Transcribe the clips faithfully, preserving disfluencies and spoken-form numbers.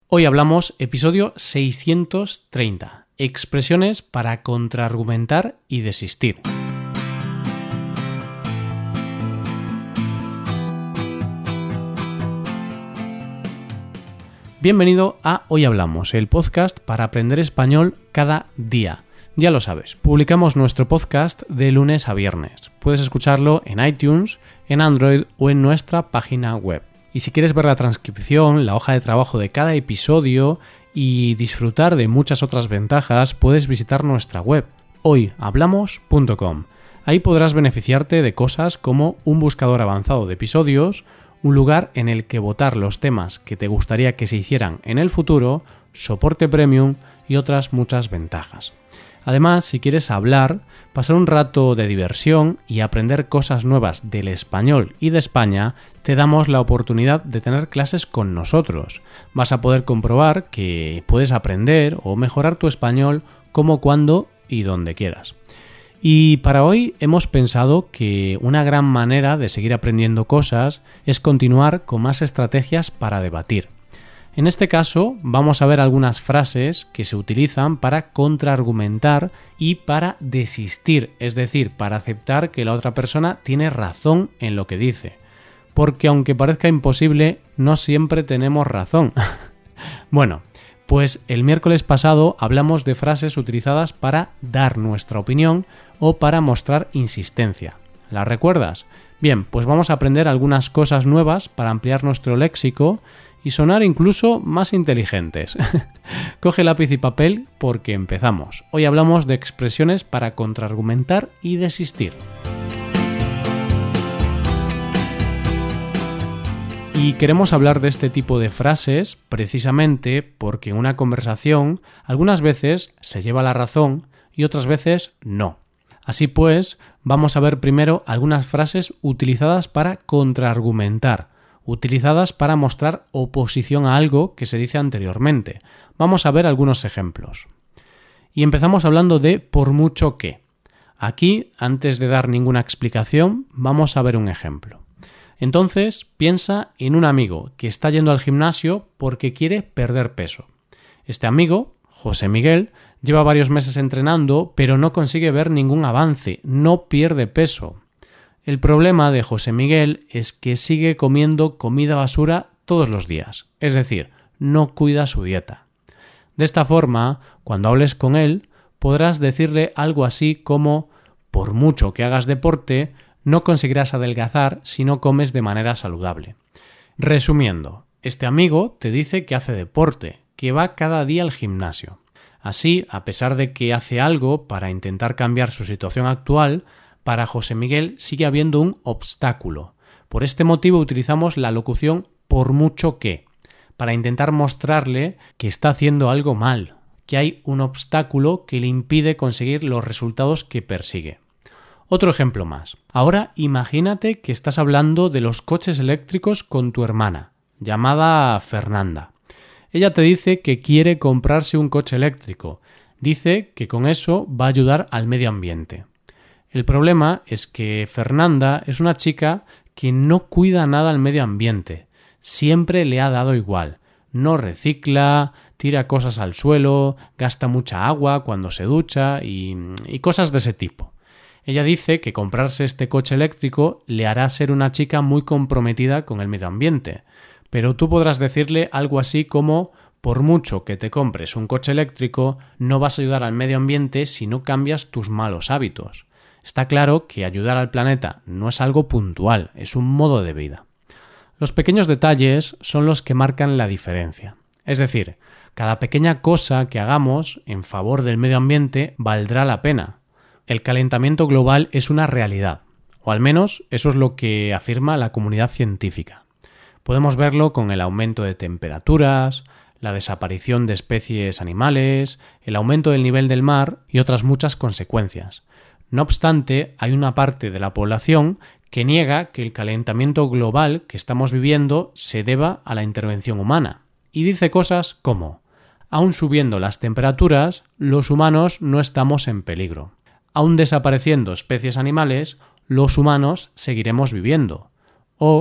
Hoy hablamos episodio seiscientos treinta, expresiones para contraargumentar y desistir. Bienvenido a Hoy Hablamos, el podcast para aprender español cada día. Ya lo sabes, publicamos nuestro podcast de lunes a viernes. Puedes escucharlo en iTunes, en Android o en nuestra página web. Y si quieres ver la transcripción, la hoja de trabajo de cada episodio y disfrutar de muchas otras ventajas, puedes visitar nuestra web hoy hablamos punto com. Ahí podrás beneficiarte de cosas como un buscador avanzado de episodios, un lugar en el que votar los temas que te gustaría que se hicieran en el futuro, soporte premium y otras muchas ventajas. Además, si quieres hablar, pasar un rato de diversión y aprender cosas nuevas del español y de España, te damos la oportunidad de tener clases con nosotros. Vas a poder comprobar que puedes aprender o mejorar tu español como, cuando y donde quieras. Y para hoy hemos pensado que una gran manera de seguir aprendiendo cosas es continuar con más estrategias para debatir. En este caso, vamos a ver algunas frases que se utilizan para contraargumentar y para desistir, es decir, para aceptar que la otra persona tiene razón en lo que dice. Porque aunque parezca imposible, no siempre tenemos razón. Bueno, pues el miércoles pasado hablamos de frases utilizadas para dar nuestra opinión o para mostrar insistencia. ¿Las recuerdas? Bien, pues vamos a aprender algunas cosas nuevas para ampliar nuestro léxico y sonar incluso más inteligentes. Coge lápiz y papel porque empezamos. Hoy hablamos de expresiones para contraargumentar y desistir. Y queremos hablar de este tipo de frases precisamente porque en una conversación algunas veces se lleva la razón y otras veces no. Así pues, vamos a ver primero algunas frases utilizadas para contraargumentar, utilizadas para mostrar oposición a algo que se dice anteriormente. Vamos a ver algunos ejemplos. Y empezamos hablando de por mucho que. Aquí, antes de dar ninguna explicación, vamos a ver un ejemplo. Entonces, piensa en un amigo que está yendo al gimnasio porque quiere perder peso. Este amigo, José Miguel, lleva varios meses entrenando, pero no consigue ver ningún avance, no pierde peso. El problema de José Miguel es que sigue comiendo comida basura todos los días, es decir, no cuida su dieta. De esta forma, cuando hables con él, podrás decirle algo así como: por mucho que hagas deporte, no conseguirás adelgazar si no comes de manera saludable. Resumiendo, este amigo te dice que hace deporte, que va cada día al gimnasio. Así, a pesar de que hace algo para intentar cambiar su situación actual, para José Miguel sigue habiendo un obstáculo. Por este motivo utilizamos la locución por mucho que, para intentar mostrarle que está haciendo algo mal, que hay un obstáculo que le impide conseguir los resultados que persigue. Otro ejemplo más. Ahora imagínate que estás hablando de los coches eléctricos con tu hermana, llamada Fernanda. Ella te dice que quiere comprarse un coche eléctrico. Dice que con eso va a ayudar al medio ambiente. El problema es que Fernanda es una chica que no cuida nada al medio ambiente. Siempre le ha dado igual. No recicla, tira cosas al suelo, gasta mucha agua cuando se ducha y, y cosas de ese tipo. Ella dice que comprarse este coche eléctrico le hará ser una chica muy comprometida con el medio ambiente. Pero tú podrás decirle algo así como: por mucho que te compres un coche eléctrico, no vas a ayudar al medio ambiente si no cambias tus malos hábitos. Está claro que ayudar al planeta no es algo puntual, es un modo de vida. Los pequeños detalles son los que marcan la diferencia. Es decir, cada pequeña cosa que hagamos en favor del medio ambiente valdrá la pena. El calentamiento global es una realidad, o al menos eso es lo que afirma la comunidad científica. Podemos verlo con el aumento de temperaturas, la desaparición de especies animales, el aumento del nivel del mar y otras muchas consecuencias. No obstante, hay una parte de la población que niega que el calentamiento global que estamos viviendo se deba a la intervención humana. Y dice cosas como: aun subiendo las temperaturas, los humanos no estamos en peligro. Aun desapareciendo especies animales, los humanos seguiremos viviendo. O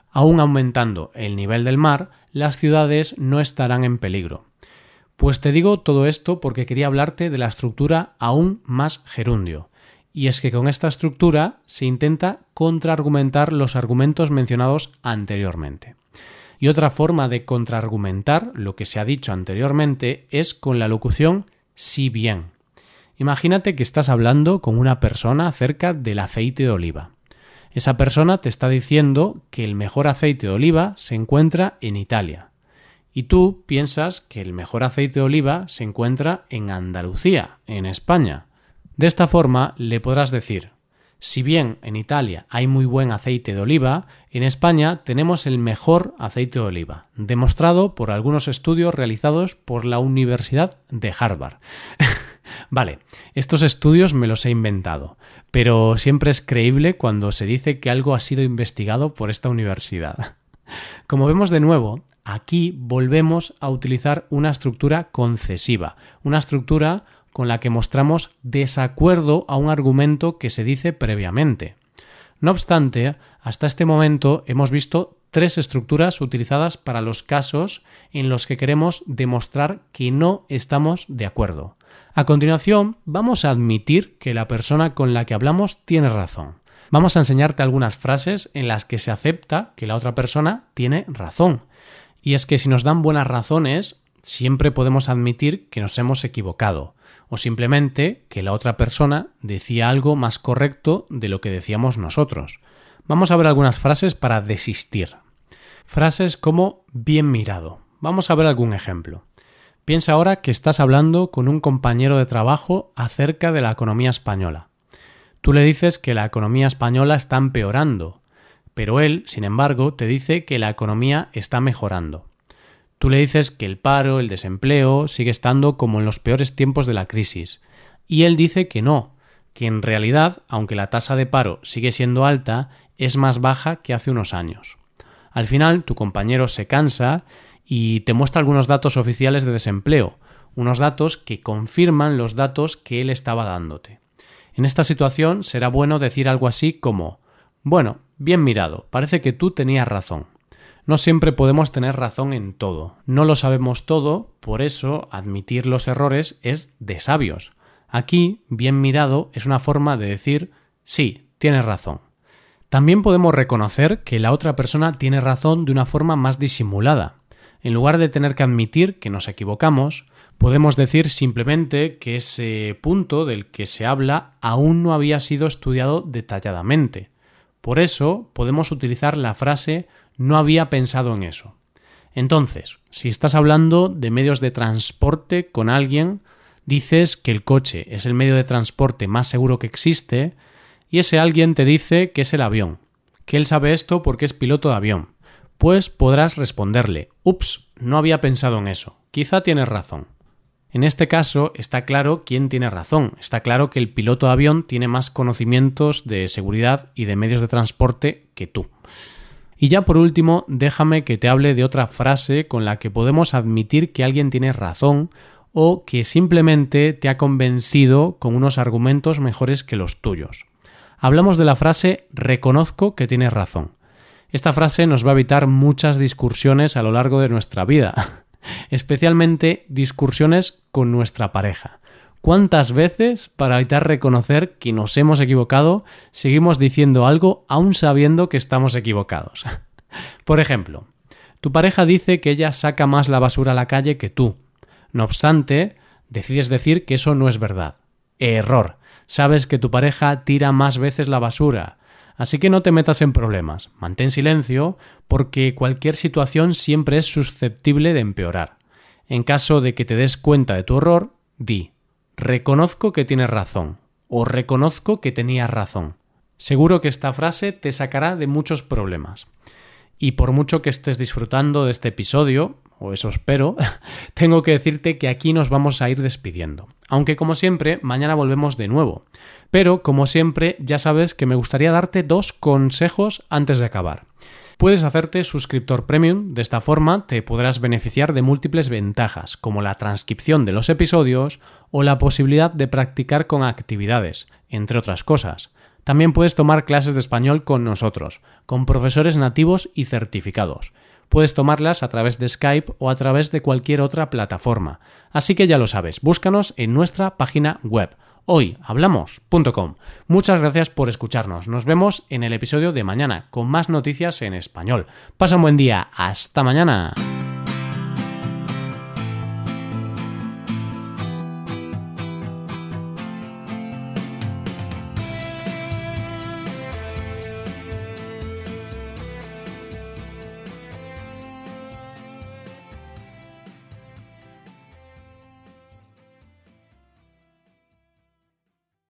Aún aumentando el nivel del mar, las ciudades no estarán en peligro. Pues te digo todo esto porque quería hablarte de la estructura aún más gerundio. Y es que con esta estructura se intenta contraargumentar los argumentos mencionados anteriormente. Y otra forma de contraargumentar lo que se ha dicho anteriormente es con la locución si bien. Imagínate que estás hablando con una persona acerca del aceite de oliva. Esa persona te está diciendo que el mejor aceite de oliva se encuentra en Italia. Y tú piensas que el mejor aceite de oliva se encuentra en Andalucía, en España. De esta forma le podrás decir, si bien en Italia hay muy buen aceite de oliva, en España tenemos el mejor aceite de oliva, demostrado por algunos estudios realizados por la Universidad de Harvard. Vale, estos estudios me los he inventado, pero siempre es creíble cuando se dice que algo ha sido investigado por esta universidad. Como vemos de nuevo, aquí volvemos a utilizar una estructura concesiva, una estructura con la que mostramos desacuerdo a un argumento que se dice previamente. No obstante, hasta este momento hemos visto tres estructuras utilizadas para los casos en los que queremos demostrar que no estamos de acuerdo. A continuación, vamos a admitir que la persona con la que hablamos tiene razón. Vamos a enseñarte algunas frases en las que se acepta que la otra persona tiene razón. Y es que si nos dan buenas razones, siempre podemos admitir que nos hemos equivocado, o simplemente que la otra persona decía algo más correcto de lo que decíamos nosotros. Vamos a ver algunas frases para desistir. Frases como bien mirado. Vamos a ver algún ejemplo. Piensa ahora que estás hablando con un compañero de trabajo acerca de la economía española. Tú le dices que la economía española está empeorando, pero él, sin embargo, te dice que la economía está mejorando. Tú le dices que el paro, el desempleo, sigue estando como en los peores tiempos de la crisis. Y él dice que no, que en realidad, aunque la tasa de paro sigue siendo alta, es más baja que hace unos años. Al final, tu compañero se cansa y te muestra algunos datos oficiales de desempleo, unos datos que confirman los datos que él estaba dándote. En esta situación será bueno decir algo así como: bueno, bien mirado, parece que tú tenías razón. No siempre podemos tener razón en todo, no lo sabemos todo, por eso admitir los errores es de sabios. Aquí, bien mirado es una forma de decir sí, tienes razón. También podemos reconocer que la otra persona tiene razón de una forma más disimulada. En lugar de tener que admitir que nos equivocamos, podemos decir simplemente que ese punto del que se habla aún no había sido estudiado detalladamente. Por eso podemos utilizar la frase no había pensado en eso. Entonces, si estás hablando de medios de transporte con alguien, dices que el coche es el medio de transporte más seguro que existe y ese alguien te dice que es el avión, que él sabe esto porque es piloto de avión. Pues podrás responderle, ups, no había pensado en eso, quizá tienes razón. En este caso está claro quién tiene razón, está claro que el piloto de avión tiene más conocimientos de seguridad y de medios de transporte que tú. Y ya por último, déjame que te hable de otra frase con la que podemos admitir que alguien tiene razón o que simplemente te ha convencido con unos argumentos mejores que los tuyos. Hablamos de la frase reconozco que tienes razón. Esta frase nos va a evitar muchas discusiones a lo largo de nuestra vida, especialmente discusiones con nuestra pareja. ¿Cuántas veces, para evitar reconocer que nos hemos equivocado, seguimos diciendo algo aún sabiendo que estamos equivocados? Por ejemplo, tu pareja dice que ella saca más la basura a la calle que tú. No obstante, decides decir que eso no es verdad. Error. Sabes que tu pareja tira más veces la basura. Así que no te metas en problemas, mantén silencio porque cualquier situación siempre es susceptible de empeorar. En caso de que te des cuenta de tu error, di, reconozco que tienes razón o reconozco que tenías razón. Seguro que esta frase te sacará de muchos problemas. Y por mucho que estés disfrutando de este episodio, o eso espero, tengo que decirte que aquí nos vamos a ir despidiendo. Aunque como siempre, mañana volvemos de nuevo. Pero como siempre, ya sabes que me gustaría darte dos consejos antes de acabar. Puedes hacerte suscriptor premium, de esta forma te podrás beneficiar de múltiples ventajas, como la transcripción de los episodios o la posibilidad de practicar con actividades, entre otras cosas. También puedes tomar clases de español con nosotros, con profesores nativos y certificados. Puedes tomarlas a través de Skype o a través de cualquier otra plataforma. Así que ya lo sabes, búscanos en nuestra página web hoy hablamos punto com. Muchas gracias por escucharnos. Nos vemos en el episodio de mañana con más noticias en español. Pasa un buen día. Hasta mañana.